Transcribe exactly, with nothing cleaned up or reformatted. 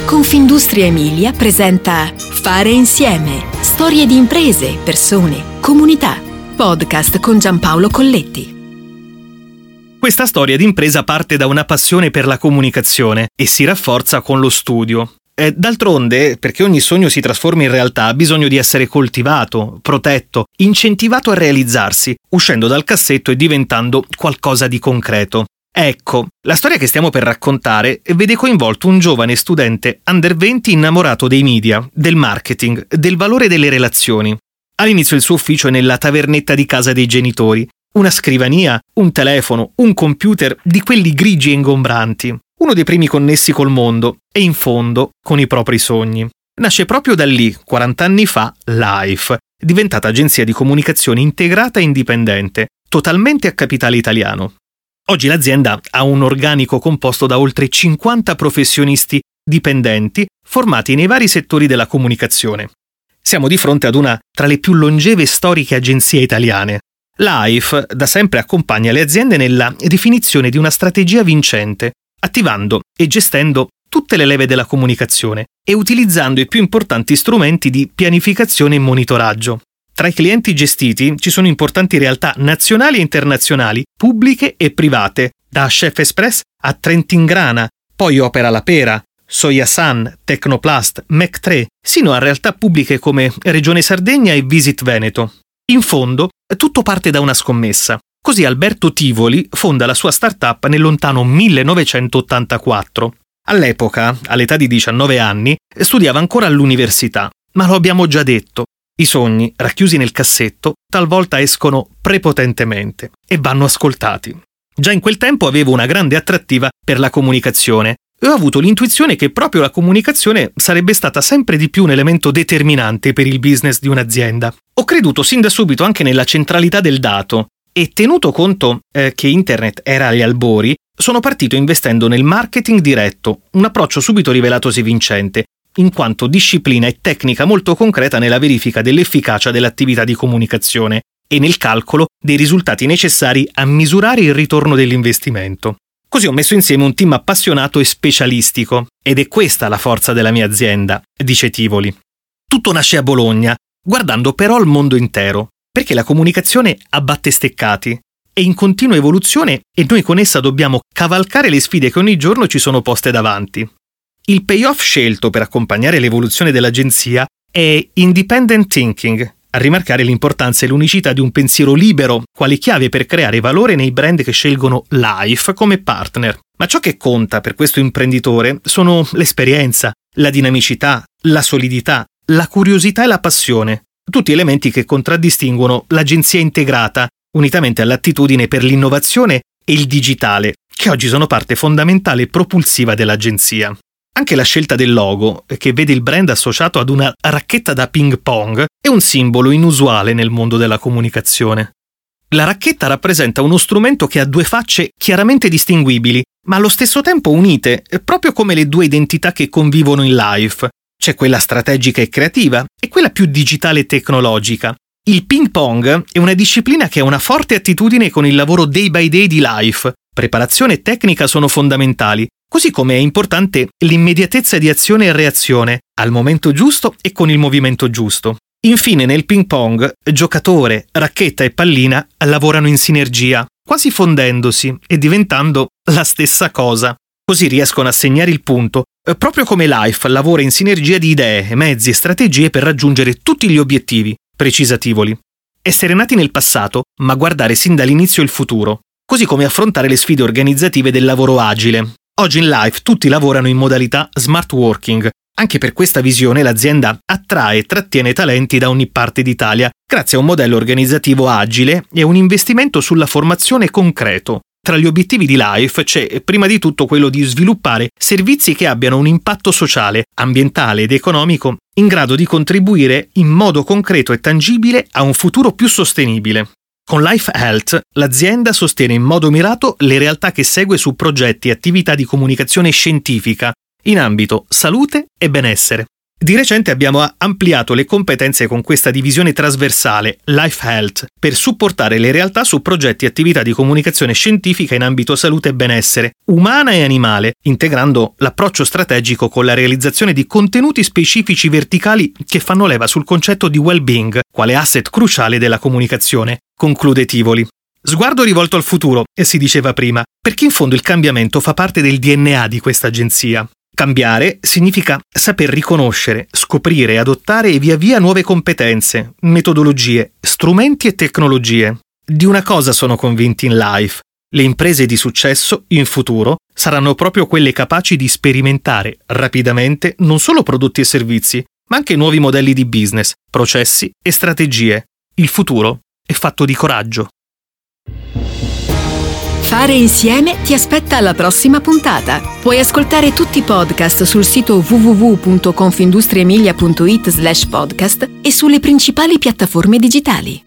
Confindustria Emilia presenta Fare Insieme. Storie di imprese, persone, comunità. Podcast con Giampaolo Colletti. Questa storia d'impresa parte da una passione per la comunicazione e si rafforza con lo studio. E d'altronde, perché ogni sogno si trasformi in realtà, ha bisogno di essere coltivato, protetto, incentivato a realizzarsi, uscendo dal cassetto e diventando qualcosa di concreto. Ecco, la storia che stiamo per raccontare vede coinvolto un giovane studente under venti innamorato dei media, del marketing, del valore delle relazioni. All'inizio il suo ufficio è nella tavernetta di casa dei genitori. Una scrivania, un telefono, un computer di quelli grigi e ingombranti. Uno dei primi connessi col mondo e in fondo con i propri sogni. Nasce proprio da lì, quaranta anni fa, Life, diventata agenzia di comunicazione integrata e indipendente, totalmente a capitale italiano. Oggi l'azienda ha un organico composto da oltre cinquanta professionisti dipendenti formati nei vari settori della comunicazione. Siamo di fronte ad una tra le più longeve e storiche agenzie italiane. Life da sempre accompagna le aziende nella definizione di una strategia vincente, attivando e gestendo tutte le leve della comunicazione e utilizzando i più importanti strumenti di pianificazione e monitoraggio. Tra i clienti gestiti ci sono importanti realtà nazionali e internazionali, pubbliche e private, da Chef Express a Trentingrana, poi Opera La Pera, Sojasan, Tecnoplast, Mec tre, sino a realtà pubbliche come Regione Sardegna e Visit Veneto. In fondo, tutto parte da una scommessa. Così Alberto Tivoli fonda la sua startup nel lontano millenovecentottantaquattro. All'epoca, all'età di diciannove anni, studiava ancora all'università, ma lo abbiamo già detto. I sogni, racchiusi nel cassetto, talvolta escono prepotentemente e vanno ascoltati. Già in quel tempo avevo una grande attrattiva per la comunicazione e ho avuto l'intuizione che proprio la comunicazione sarebbe stata sempre di più un elemento determinante per il business di un'azienda. Ho creduto sin da subito anche nella centralità del dato e, tenuto conto eh, che internet era agli albori, sono partito investendo nel marketing diretto, un approccio subito rivelatosi vincente, in quanto disciplina e tecnica molto concreta nella verifica dell'efficacia dell'attività di comunicazione e nel calcolo dei risultati necessari a misurare il ritorno dell'investimento. Così ho messo insieme un team appassionato e specialistico, ed è questa la forza della mia azienda, dice Tivoli. Tutto nasce a Bologna, guardando però il mondo intero, perché la comunicazione abbatte steccati, è in continua evoluzione e noi con essa dobbiamo cavalcare le sfide che ogni giorno ci sono poste davanti. Il payoff scelto per accompagnare l'evoluzione dell'agenzia è independent thinking, a rimarcare l'importanza e l'unicità di un pensiero libero, quale chiave per creare valore nei brand che scelgono Life come partner. Ma ciò che conta per questo imprenditore sono l'esperienza, la dinamicità, la solidità, la curiosità e la passione, tutti elementi che contraddistinguono l'agenzia integrata, unitamente all'attitudine per l'innovazione e il digitale, che oggi sono parte fondamentale e propulsiva dell'agenzia. Anche la scelta del logo, che vede il brand associato ad una racchetta da ping pong, è un simbolo inusuale nel mondo della comunicazione. La racchetta rappresenta uno strumento che ha due facce chiaramente distinguibili, ma allo stesso tempo unite, proprio come le due identità che convivono in Life. C'è quella strategica e creativa e quella più digitale e tecnologica. Il ping pong è una disciplina che ha una forte attitudine con il lavoro day by day di Life. Preparazione e tecnica sono fondamentali, così come è importante l'immediatezza di azione e reazione, al momento giusto e con il movimento giusto. Infine, nel ping pong, giocatore, racchetta e pallina lavorano in sinergia, quasi fondendosi e diventando la stessa cosa. Così riescono a segnare il punto, proprio come Life lavora in sinergia di idee, mezzi e strategie per raggiungere tutti gli obiettivi, precisa Tivoli. Essere nati nel passato, ma guardare sin dall'inizio il futuro, così come affrontare le sfide organizzative del lavoro agile. Oggi in Life tutti lavorano in modalità smart working. Anche per questa visione l'azienda attrae e trattiene talenti da ogni parte d'Italia grazie a un modello organizzativo agile e a un investimento sulla formazione concreto. Tra gli obiettivi di Life c'è prima di tutto quello di sviluppare servizi che abbiano un impatto sociale, ambientale ed economico in grado di contribuire in modo concreto e tangibile a un futuro più sostenibile. Con Life Health, l'azienda sostiene in modo mirato le realtà che segue su progetti e attività di comunicazione scientifica in ambito salute e benessere. Di recente abbiamo ampliato le competenze con questa divisione trasversale, Life Health, per supportare le realtà su progetti e attività di comunicazione scientifica in ambito salute e benessere, umana e animale, integrando l'approccio strategico con la realizzazione di contenuti specifici verticali che fanno leva sul concetto di well-being, quale asset cruciale della comunicazione, conclude Tivoli. Sguardo rivolto al futuro, e si diceva prima, perché in fondo il cambiamento fa parte del D N A di questa agenzia. Cambiare significa saper riconoscere, scoprire e adottare via via nuove competenze, metodologie, strumenti e tecnologie. Di una cosa sono convinti in Life: le imprese di successo, in futuro, saranno proprio quelle capaci di sperimentare rapidamente non solo prodotti e servizi, ma anche nuovi modelli di business, processi e strategie. Il futuro è fatto di coraggio. Fare insieme ti aspetta alla prossima puntata. Puoi ascoltare tutti i podcast sul sito w w w punto confindustriemilia punto it slash podcast e sulle principali piattaforme digitali.